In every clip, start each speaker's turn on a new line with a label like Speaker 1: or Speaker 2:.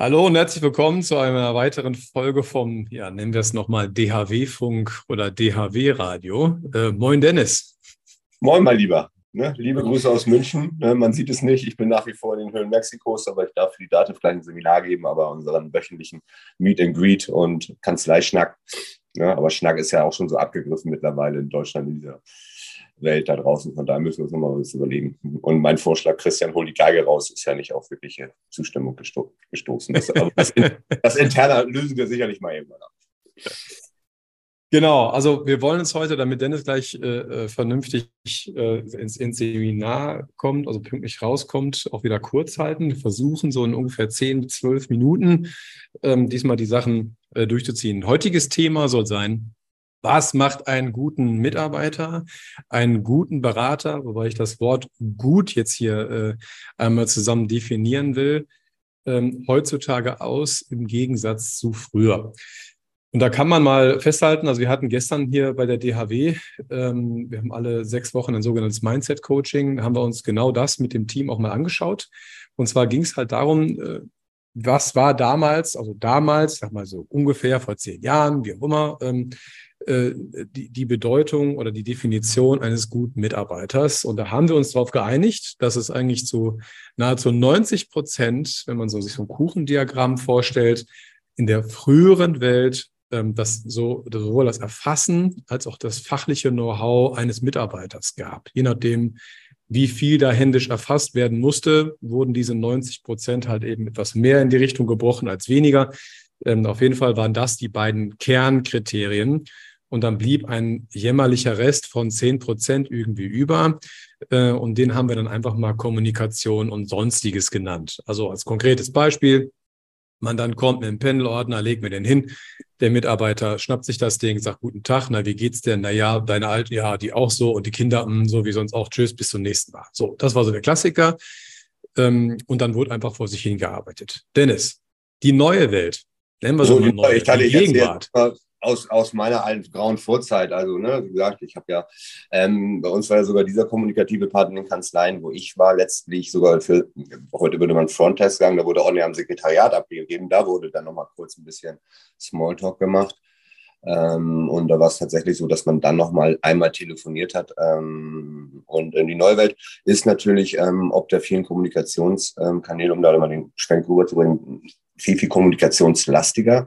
Speaker 1: Hallo und herzlich willkommen zu einer weiteren Folge vom, ja, nennen wir es nochmal DHW-Funk oder DHW-Radio. Moin Dennis.
Speaker 2: Moin, mein Lieber. Ne? Liebe Grüße aus München. Ne? Man sieht es nicht. Ich bin nach wie vor in den Höhlen Mexikos, aber ich darf für die Daten vielleicht ein Seminar geben, aber unseren wöchentlichen Meet and Greet und Kanzleischnack. Ne? Aber Schnack ist ja auch schon so abgegriffen mittlerweile in Deutschland, in dieser Welt da draußen. Von daher müssen wir uns nochmal was überlegen. Und mein Vorschlag, Christian, hol die Geige raus, ist ja nicht auf wirkliche Zustimmung gestoßen. Das Interne lösen wir sicherlich mal irgendwann ab.
Speaker 1: Genau, also wir wollen uns heute, damit Dennis gleich vernünftig ins Seminar kommt, also pünktlich rauskommt, auch wieder kurz halten. Wir versuchen so in ungefähr 10 bis 12 Minuten diesmal die Sachen durchzuziehen. Heutiges Thema soll sein: Was macht einen guten Mitarbeiter, einen guten Berater, wobei ich das Wort gut jetzt hier einmal zusammen definieren will, heutzutage aus im Gegensatz zu früher. Und da kann man mal festhalten, also wir hatten gestern hier bei der DHW, wir haben alle 6 Wochen ein sogenanntes Mindset-Coaching, da haben wir uns genau das mit dem Team auch mal angeschaut. Und zwar ging es halt darum, was war damals, also damals, sag mal so ungefähr vor 10 Jahren, wie auch immer, die Bedeutung oder die Definition eines guten Mitarbeiters. Und da haben wir uns darauf geeinigt, dass es eigentlich zu nahezu 90%, wenn man sich so ein Kuchendiagramm vorstellt, in der früheren Welt sowohl das Erfassen als auch das fachliche Know-how eines Mitarbeiters gab. Je nachdem, wie viel da händisch erfasst werden musste, wurden diese 90% halt eben etwas mehr in die Richtung gebrochen als weniger. Auf jeden Fall waren das die beiden Kernkriterien. Und dann blieb ein jämmerlicher Rest von 10% irgendwie über. Und den haben wir dann einfach mal Kommunikation und Sonstiges genannt. Also als konkretes Beispiel: Man dann kommt mit dem Pendelordner, legt mir den hin. Der Mitarbeiter schnappt sich das Ding, sagt guten Tag, na, wie geht's denn? Na ja, deine Alte, ja, die auch so und die Kinder, so wie sonst auch, tschüss, bis zum nächsten Mal. So, das war so der Klassiker. Und dann wurde einfach vor sich hingearbeitet. Dennis, die neue Welt, nennen wir sie
Speaker 2: So,
Speaker 1: mal
Speaker 2: ich
Speaker 1: neu,
Speaker 2: kann
Speaker 1: die
Speaker 2: ich erzähle
Speaker 1: Gegenwart.
Speaker 2: aus meiner alten grauen Vorzeit. Also, ne, wie gesagt, ich habe ja, bei uns war ja sogar dieser kommunikative Part in den Kanzleien, wo ich war, letztlich sogar für, heute würde man Frontdesk sagen, da wurde auch am Sekretariat abgegeben. Da wurde dann nochmal kurz ein bisschen Smalltalk gemacht. Und da war es tatsächlich so, dass man dann nochmal einmal telefoniert hat. Und in die neue Welt ist natürlich, ob der vielen Kommunikationskanäle, um da mal den Schwenk rüberzubringen, viel kommunikationslastiger.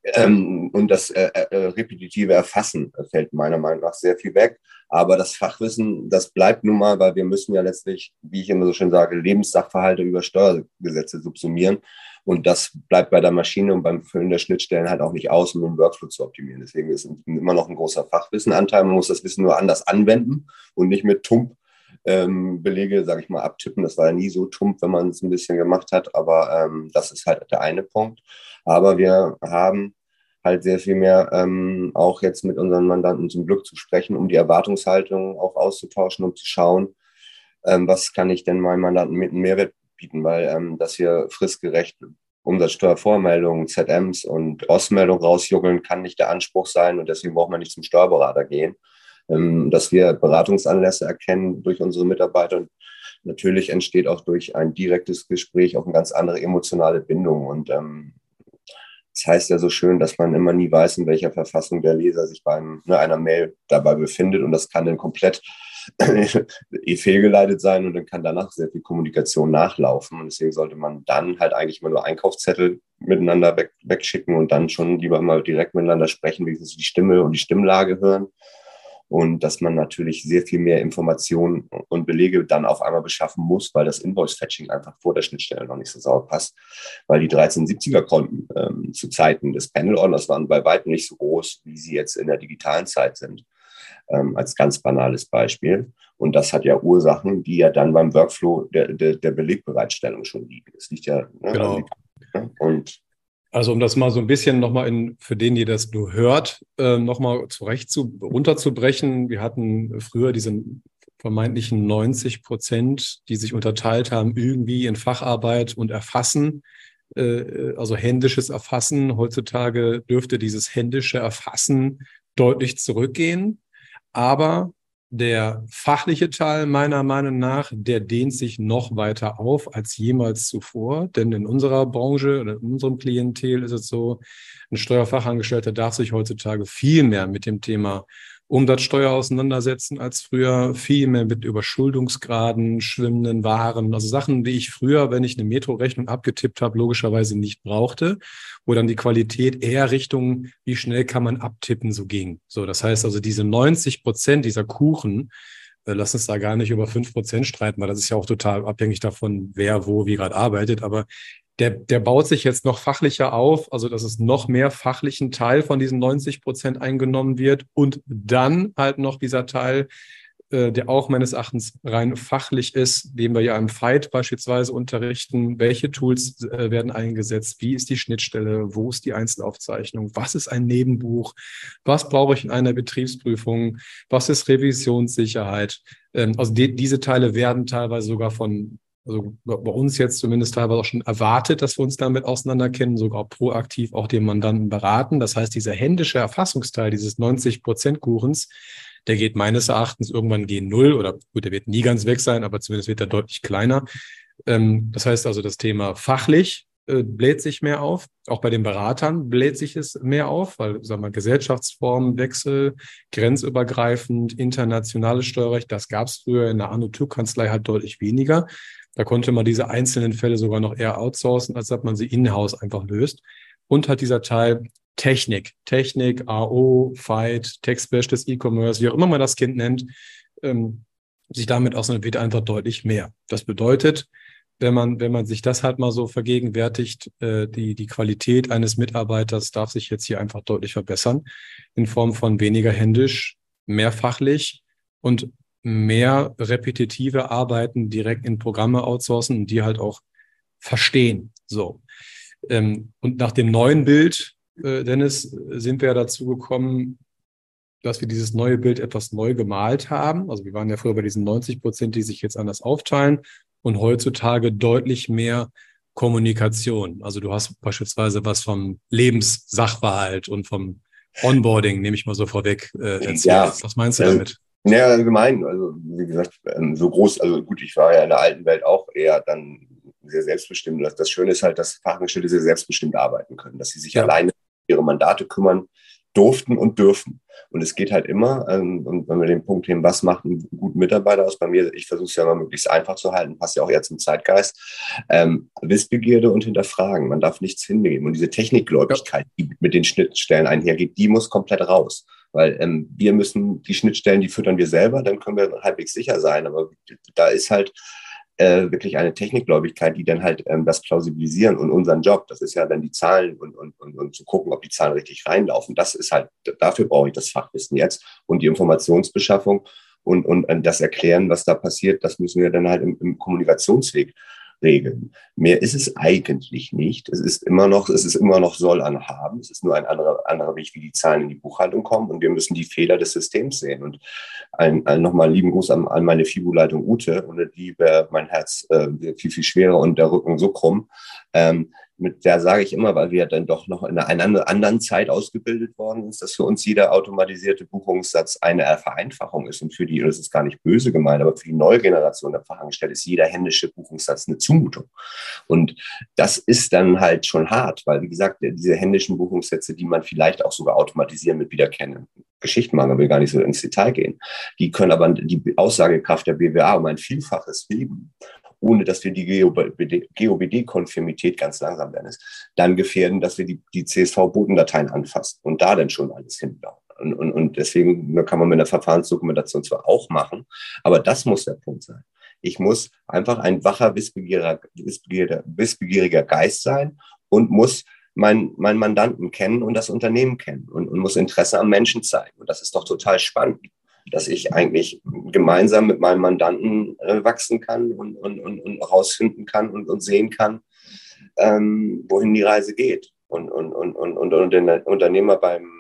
Speaker 2: Und das repetitive Erfassen fällt meiner Meinung nach sehr viel weg. Aber das Fachwissen, das bleibt nun mal, weil wir müssen ja letztlich, wie ich immer so schön sage, Lebenssachverhalte über Steuergesetze subsumieren. Und das bleibt bei der Maschine und beim Füllen der Schnittstellen halt auch nicht aus, um den Workflow zu optimieren. Deswegen ist immer noch ein großer Fachwissenanteil. Man muss das Wissen nur anders anwenden und nicht mit Tump Belege, sage ich mal, abtippen. Das war ja nie so tump, wenn man es ein bisschen gemacht hat. Aber das ist halt der eine Punkt. Aber wir haben halt sehr viel mehr auch jetzt mit unseren Mandanten zum Glück zu sprechen, um die Erwartungshaltung auch auszutauschen, um zu schauen, was kann ich denn meinem Mandanten mit einem Mehrwert bieten, weil dass wir fristgerecht Umsatzsteuervormeldungen, ZMs und Ostmeldungen rausjuggeln, kann nicht der Anspruch sein und deswegen braucht man nicht zum Steuerberater gehen. Dass wir Beratungsanlässe erkennen durch unsere Mitarbeiter. Und natürlich entsteht auch durch ein direktes Gespräch auch eine ganz andere emotionale Bindung. Und das heißt ja so schön, dass man immer nie weiß, in welcher Verfassung der Leser sich bei einer Mail dabei befindet. Und das kann dann komplett fehlgeleitet sein und dann kann danach sehr viel Kommunikation nachlaufen. Und deswegen sollte man dann halt eigentlich mal nur Einkaufszettel miteinander wegschicken und dann schon lieber mal direkt miteinander sprechen, wie die Stimme und die Stimmlage hören. Und dass man natürlich sehr viel mehr Informationen und Belege dann auf einmal beschaffen muss, weil das Invoice-Fetching einfach vor der Schnittstelle noch nicht so sauber passt. Weil die 1370er-Konten zu Zeiten des Panel-Ordners waren bei weitem nicht so groß, wie sie jetzt in der digitalen Zeit sind, als ganz banales Beispiel. Und das hat ja Ursachen, die ja dann beim Workflow der Belegbereitstellung schon liegen. Das liegt ja, ne, also
Speaker 1: Genau.
Speaker 2: und
Speaker 1: Also um das mal so ein bisschen nochmal für den, die das nur hört, nochmal runterzubrechen. Wir hatten früher diese vermeintlichen 90%, die sich unterteilt haben irgendwie in Facharbeit und Erfassen, also händisches Erfassen. Heutzutage dürfte dieses händische Erfassen deutlich zurückgehen. Aber Der fachliche Teil meiner Meinung nach, der dehnt sich noch weiter auf als jemals zuvor. Denn in unserer Branche oder in unserem Klientel ist es so, ein Steuerfachangestellter darf sich heutzutage viel mehr mit dem Thema Umsatzsteuer auseinandersetzen als früher, viel mehr mit Überschuldungsgraden, schwimmenden Waren, also Sachen, die ich früher, wenn ich eine Metro-Rechnung abgetippt habe, logischerweise nicht brauchte, wo dann die Qualität eher Richtung, wie schnell kann man abtippen, so ging. So, das heißt also, diese 90% dieser Kuchen, lass uns da gar nicht über 5% streiten, weil das ist ja auch total abhängig davon, wer wo wie gerade arbeitet. Aber der baut sich jetzt noch fachlicher auf, also dass es noch mehr fachlichen Teil von diesen 90% eingenommen wird und dann halt noch dieser Teil, der auch meines Erachtens rein fachlich ist, den wir ja im Fight beispielsweise unterrichten. Welche Tools werden eingesetzt? Wie ist die Schnittstelle? Wo ist die Einzelaufzeichnung? Was ist ein Nebenbuch? Was brauche ich in einer Betriebsprüfung? Was ist Revisionssicherheit? Also diese Teile werden teilweise sogar also bei uns jetzt zumindest teilweise auch schon erwartet, dass wir uns damit auseinanderkennen, sogar proaktiv auch den Mandanten beraten. Das heißt, dieser händische Erfassungsteil dieses 90% Kuchens, der geht meines Erachtens irgendwann gegen Null oder gut, der wird nie ganz weg sein, aber zumindest wird er deutlich kleiner. Das heißt also, das Thema fachlich bläht sich mehr auf. Auch bei den Beratern bläht sich es mehr auf, weil, sagen wir, Gesellschaftsformenwechsel, grenzübergreifend, internationales Steuerrecht, das gab es früher in der Anno-Türk-Kanzlei halt deutlich weniger. Da konnte man diese einzelnen Fälle sogar noch eher outsourcen, als dass man sie in-house einfach löst. Und hat dieser Teil Technik, AO, Fight, Tech-Specialist, E-Commerce, wie auch immer man das Kind nennt, sich damit auseinandersetzt, wird einfach deutlich mehr. Das bedeutet, wenn man sich das halt mal so vergegenwärtigt, die Qualität eines Mitarbeiters darf sich jetzt hier einfach deutlich verbessern, in Form von weniger händisch, mehr fachlich und mehr repetitive Arbeiten direkt in Programme outsourcen und die halt auch verstehen. So. Und nach dem neuen Bild, Dennis, sind wir ja dazu gekommen, dass wir dieses neue Bild etwas neu gemalt haben. Also wir waren ja früher bei diesen 90%, die sich jetzt anders aufteilen und heutzutage deutlich mehr Kommunikation. Also du hast beispielsweise was vom Lebenssachverhalt und vom Onboarding, nehme ich mal so vorweg, erzählt.
Speaker 2: Ja,
Speaker 1: Was meinst du damit?
Speaker 2: ja, allgemein, also wie gesagt, so groß, also gut, ich war ja in der alten Welt auch eher dann sehr selbstbestimmt. Das Schöne ist halt, dass Fachangestellte sehr selbstbestimmt arbeiten können, dass sie sich
Speaker 1: Ja.
Speaker 2: alleine um ihre Mandate kümmern durften und dürfen. Und es geht halt immer, und wenn wir den Punkt nehmen, was macht einen guten Mitarbeiter aus? Bei mir, ich versuche es ja immer möglichst einfach zu halten, passt ja auch eher zum Zeitgeist. Wissbegierde und hinterfragen. Man darf nichts hinnehmen. Und diese Technikgläubigkeit, die mit den Schnittstellen einhergeht, die muss komplett raus. Weil wir müssen die Schnittstellen, die füttern wir selber, dann können wir halbwegs sicher sein. Aber da ist halt wirklich eine Technikgläubigkeit, die dann halt das plausibilisieren und unseren Job, das ist ja dann die Zahlen und zu gucken, ob die Zahlen richtig reinlaufen. Das ist halt, dafür brauche ich das Fachwissen jetzt und die Informationsbeschaffung und das Erklären, was da passiert, das müssen wir dann halt im Kommunikationsweg regeln. Mehr ist es eigentlich nicht. Es ist immer noch soll an haben. Es ist nur ein anderer Weg, wie die Zahlen in die Buchhaltung kommen. Und wir müssen die Fehler des Systems sehen. Und nochmal lieben Gruß an meine FIBU-Leitung Ute. Ohne die wäre mein Herz viel, viel schwerer und der Rücken so krumm. Mit der sage ich immer, weil wir dann doch noch in einer anderen Zeit ausgebildet worden sind, dass für uns jeder automatisierte Buchungssatz eine Vereinfachung ist. Und für die, das ist gar nicht böse gemeint, aber für die neue Generation der Fachangestellten ist jeder händische Buchungssatz eine Zumutung. Und das ist dann halt schon hart, weil, wie gesagt, diese händischen Buchungssätze, die man vielleicht auch sogar automatisieren mit wiedererkennenden Geschichten machen, man will gar nicht so ins Detail gehen, die können aber die Aussagekraft der BWA um ein Vielfaches heben, ohne dass wir die GOBD-Konformität ganz langsam werden ist, dann gefährden, dass wir die CSV-Botendateien anfassen und da dann schon alles hinbauen. Und deswegen kann man mit einer Verfahrensdokumentation zwar auch machen, aber das muss der Punkt sein. Ich muss einfach ein wacher, wissbegieriger Geist sein und muss meinen Mandanten kennen und das Unternehmen kennen und muss Interesse am Menschen zeigen. Und das ist doch total spannend, dass ich eigentlich gemeinsam mit meinem Mandanten wachsen kann und herausfinden kann und sehen kann, wohin die Reise geht. Und den Unternehmer beim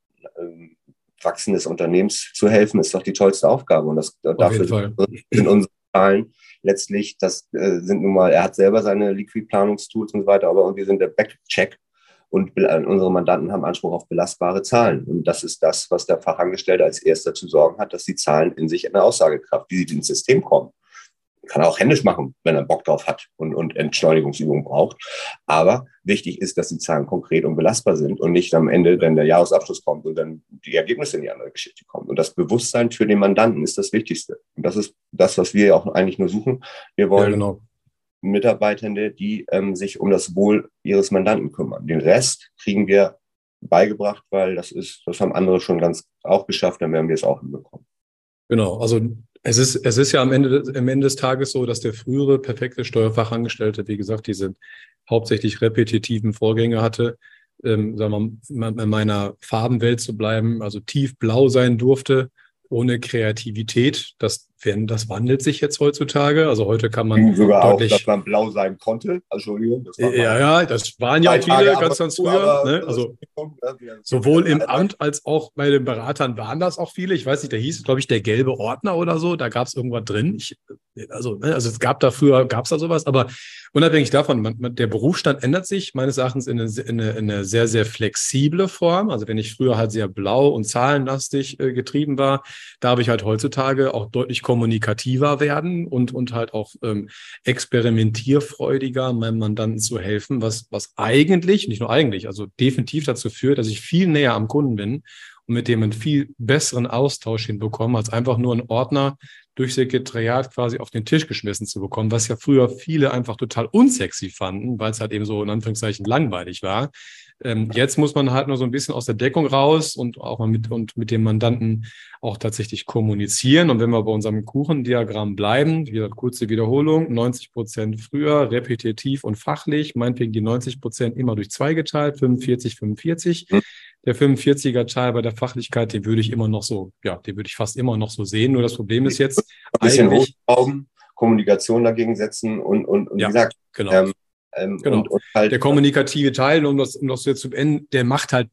Speaker 2: Wachsen des Unternehmens zu helfen, ist doch die tollste Aufgabe. Und dafür sind unsere Zahlen letztlich, das sind nun mal, er hat selber seine Liquid-Planungstools und so weiter, aber wir sind der Backcheck. Und unsere Mandanten haben Anspruch auf belastbare Zahlen. Und das ist das, was der Fachangestellte als erster zu sorgen hat, dass die Zahlen in sich eine Aussagekraft, wie sie ins System kommen. Kann er auch händisch machen, wenn er Bock drauf hat und Entschleunigungsübungen braucht. Aber wichtig ist, dass die Zahlen konkret und belastbar sind und nicht am Ende, wenn der Jahresabschluss kommt und dann die Ergebnisse in die andere Geschichte kommen. Und das Bewusstsein für den Mandanten ist das Wichtigste. Und das ist das, was wir ja auch eigentlich nur suchen. Wir wollen Mitarbeitende, die sich um das Wohl ihres Mandanten kümmern. Den Rest kriegen wir beigebracht, weil das haben andere schon ganz auch geschafft, dann werden wir es auch hinbekommen.
Speaker 1: Genau, also es ist ja am Ende des Tages so, dass der frühere perfekte Steuerfachangestellte, wie gesagt, diese hauptsächlich repetitiven Vorgänge hatte, sagen wir mal, in meiner Farbenwelt zu bleiben, also tiefblau sein durfte, ohne Kreativität. Das wandelt sich jetzt heutzutage. Also heute kann man
Speaker 2: sogar deutlich, auch, dass man blau sein konnte. Entschuldigung.
Speaker 1: Das waren ja auch viele ganz früher. Ne? Also sowohl im Amt als auch bei den Beratern waren das auch viele. Ich weiß nicht, da hieß, glaube ich, der gelbe Ordner oder so. Da gab es irgendwas drin. Also es gab da sowas. Aber unabhängig davon, der Berufsstand ändert sich meines Erachtens in eine sehr, sehr flexible Form. Also wenn ich früher halt sehr blau und zahlenlastig getrieben war, darf ich halt heutzutage auch deutlich kommunikativer werden und halt auch experimentierfreudiger meinem Mandanten zu helfen, was eigentlich, nicht nur eigentlich, also definitiv dazu führt, dass ich viel näher am Kunden bin und mit dem einen viel besseren Austausch hinbekomme, als einfach nur einen Ordner durch Sekretariat quasi auf den Tisch geschmissen zu bekommen, was ja früher viele einfach total unsexy fanden, weil es halt eben so in Anführungszeichen langweilig war. Jetzt muss man halt nur so ein bisschen aus der Deckung raus und auch mal mit dem Mandanten auch tatsächlich kommunizieren. Und wenn wir bei unserem Kuchendiagramm bleiben, wie gesagt, kurze Wiederholung, 90% früher, repetitiv und fachlich, meinetwegen die 90% immer durch 2 geteilt, 45, 45. Der 45er Teil bei der Fachlichkeit, den würde ich fast immer noch so sehen. Nur das Problem ist jetzt
Speaker 2: ein bisschen hochschrauben, Kommunikation dagegen setzen und wie gesagt,
Speaker 1: genau. Genau. Und halt, der kommunikative Teil, um das jetzt zu beenden, der macht halt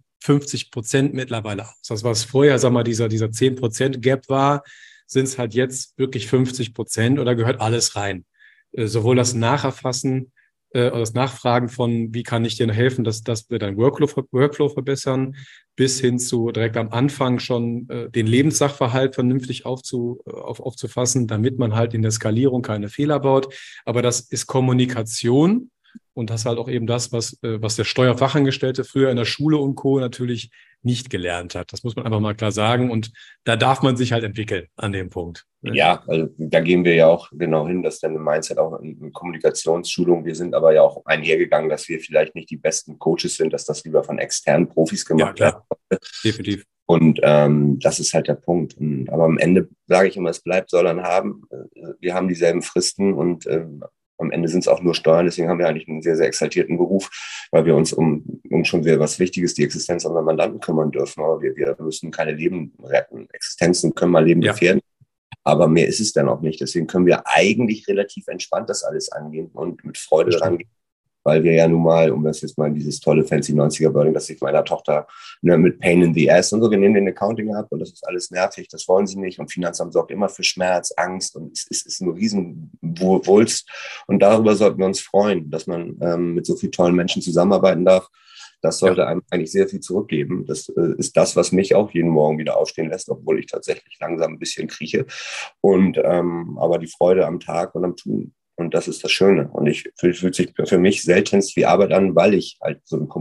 Speaker 1: 50% mittlerweile aus. Das, was vorher, sag mal, dieser 10% Gap war, sind es halt jetzt wirklich 50% oder gehört alles rein. Sowohl das Nacherfassen, das Nachfragen von, wie kann ich dir helfen, dass wir dein Workflow verbessern, bis hin zu direkt am Anfang schon den Lebenssachverhalt vernünftig aufzufassen, damit man halt in der Skalierung keine Fehler baut. Aber das ist Kommunikation. Und das ist halt auch eben das, was der Steuerfachangestellte früher in der Schule und Co. natürlich nicht gelernt hat. Das muss man einfach mal klar sagen. Und da darf man sich halt entwickeln an dem Punkt.
Speaker 2: Ja, also da gehen wir ja auch genau hin, dass dann im Mindset auch eine Kommunikationsschulung. Wir sind aber ja auch einhergegangen, dass wir vielleicht nicht die besten Coaches sind, dass das lieber von externen Profis gemacht wird.
Speaker 1: Ja, definitiv.
Speaker 2: Und das ist halt der Punkt. Aber am Ende sage ich immer, es bleibt, soll er haben. Wir haben dieselben Fristen und am Ende sind es auch nur Steuern, deswegen haben wir eigentlich einen sehr, sehr exaltierten Beruf, weil wir uns um schon sehr was Wichtiges, die Existenz unserer Mandanten kümmern dürfen. Aber wir müssen keine Leben retten. Existenzen können mal Leben gefährden, aber mehr ist es dann auch nicht. Deswegen können wir eigentlich relativ entspannt das alles angehen und mit Freude rangehen, weil wir ja nun mal, um das jetzt mal in dieses tolle fancy 90er-Wording, dass ich meiner Tochter mit Pain in the Ass und so, wir nehmen den Accounting ab und das ist alles nervig, das wollen sie nicht und Finanzamt sorgt immer für Schmerz, Angst und es ist ein Riesenwulst und darüber sollten wir uns freuen, dass man mit so vielen tollen Menschen zusammenarbeiten darf. Das sollte einem eigentlich sehr viel zurückgeben. Das ist das, was mich auch jeden Morgen wieder aufstehen lässt, obwohl ich tatsächlich langsam ein bisschen krieche. Und aber die Freude am Tag und am Tun. Und das ist das Schöne. Und fühlt sich für mich seltenst wie Arbeit an, weil ich halt so einen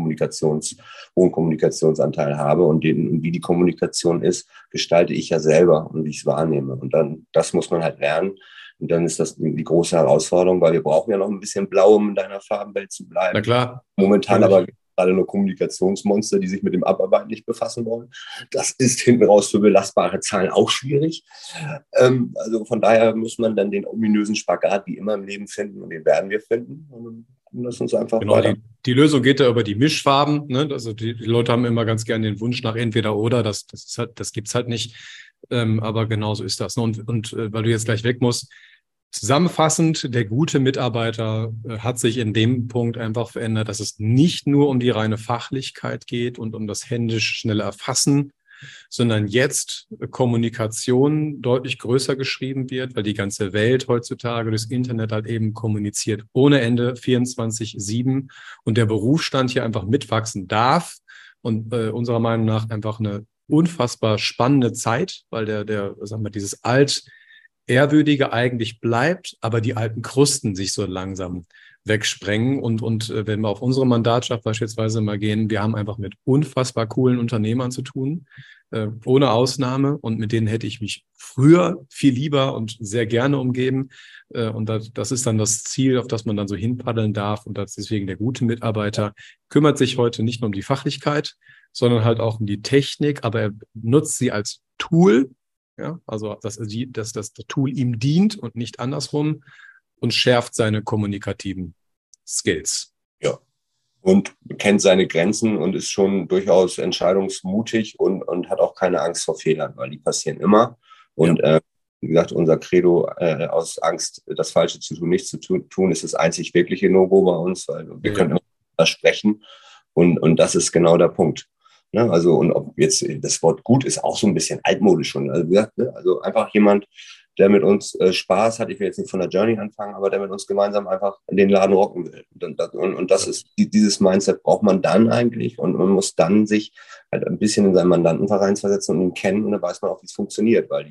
Speaker 2: hohen Kommunikationsanteil habe. Und wie die Kommunikation ist, gestalte ich ja selber und wie ich es wahrnehme. Und dann, das muss man halt lernen. Und dann ist das die große Herausforderung, weil wir brauchen ja noch ein bisschen Blau, um in deiner Farbenwelt zu bleiben.
Speaker 1: Na klar.
Speaker 2: Momentan aber gerade nur Kommunikationsmonster, die sich mit dem Abarbeiten nicht befassen wollen. Das ist hinten raus für belastbare Zahlen auch schwierig. Also von daher muss man dann den ominösen Spagat wie immer im Leben finden und den werden wir finden. Und lass uns einfach weiter.
Speaker 1: Die Lösung geht da über die Mischfarben. Ne? Also die Leute haben immer ganz gerne den Wunsch nach entweder oder. Das gibt es halt nicht. Aber genau so ist das. Und weil du jetzt gleich weg musst, zusammenfassend, der gute Mitarbeiter hat sich in dem Punkt einfach verändert, dass es nicht nur um die reine Fachlichkeit geht und um das händisch schnelle Erfassen sondern jetzt Kommunikation deutlich größer geschrieben wird, weil die ganze Welt heutzutage durchs Internet halt eben kommuniziert ohne Ende 24/7 und der Berufsstand hier einfach mitwachsen darf und unserer Meinung nach einfach eine unfassbar spannende Zeit, weil sagen wir, dieses Altehrwürdige eigentlich bleibt, aber die alten Krusten sich so langsam wegsprengen. Und wenn wir auf unsere Mandatschaft beispielsweise mal gehen, wir haben einfach mit unfassbar coolen Unternehmern zu tun, ohne Ausnahme. Und mit denen hätte ich mich früher viel lieber und sehr gerne umgeben. Und das ist dann das Ziel, auf das man dann so hinpaddeln darf. Und deswegen der gute Mitarbeiter kümmert sich heute nicht nur um die Fachlichkeit, sondern halt auch um die Technik, aber er nutzt sie als Tool, ja, also dass das Tool ihm dient und nicht andersrum und schärft seine kommunikativen Skills.
Speaker 2: Ja, und kennt seine Grenzen und ist schon durchaus entscheidungsmutig und hat auch keine Angst vor Fehlern, weil die passieren immer. Und wie gesagt, unser Credo aus Angst, das Falsche zu tun, nichts zu tun, ist das einzig wirkliche No-Go bei uns, weil wir können immer sprechen und das ist genau der Punkt. Ne? Also, und ob jetzt das Wort gut ist auch so ein bisschen altmodisch schon. Also, wie gesagt, ne? Also einfach jemand, der mit uns Spaß hat, ich will jetzt nicht von der Journey anfangen, aber der mit uns gemeinsam einfach den Laden rocken will. Und das ist, dieses Mindset braucht man dann eigentlich und man muss dann sich halt ein bisschen in seinen Mandantenverein versetzen und ihn kennen und dann weiß man auch, wie es funktioniert, weil die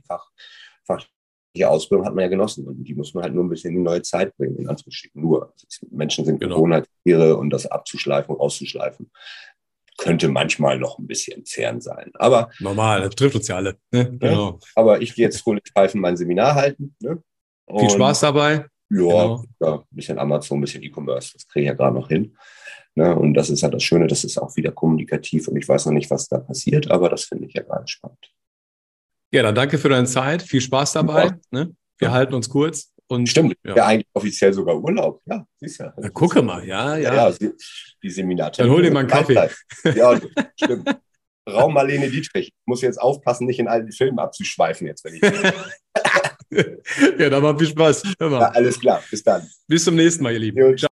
Speaker 2: fachliche Ausbildung hat man ja genossen und die muss man halt nur ein bisschen in die neue Zeit bringen, in Anführungsstrichen nur. Menschen sind Gewohnheitstiere und das abzuschleifen, auszuschleifen könnte manchmal noch ein bisschen zerren sein. Aber
Speaker 1: normal, das trifft uns ja alle. Ne? Genau.
Speaker 2: Aber ich gehe jetzt fröhlich pfeifen mein Seminar halten. Ne?
Speaker 1: Viel Spaß dabei.
Speaker 2: Ja, ein bisschen Amazon, ein bisschen E-Commerce, das kriege ich ja gerade noch hin. Ne? Und das ist halt das Schöne, das ist auch wieder kommunikativ und ich weiß noch nicht, was da passiert, aber das finde ich ja gerade spannend.
Speaker 1: Ja, dann danke für deine Zeit. Viel Spaß dabei. Ja. Ne? Wir halten uns kurz. Und,
Speaker 2: stimmt, ja, eigentlich offiziell sogar Urlaub. Ja, siehst ja.
Speaker 1: Gucke mal, ja.
Speaker 2: Die Seminare.
Speaker 1: Dann hol dir mal einen Kaffee.
Speaker 2: Ja, stimmt. Raum Marlene Dietrich. Ich muss jetzt aufpassen, nicht in alten Filmen abzuschweifen jetzt, wenn ich.
Speaker 1: Ja, dann mal viel Spaß.
Speaker 2: Ja, alles klar. Bis dann.
Speaker 1: Bis zum nächsten Mal, ihr Lieben. Ciao.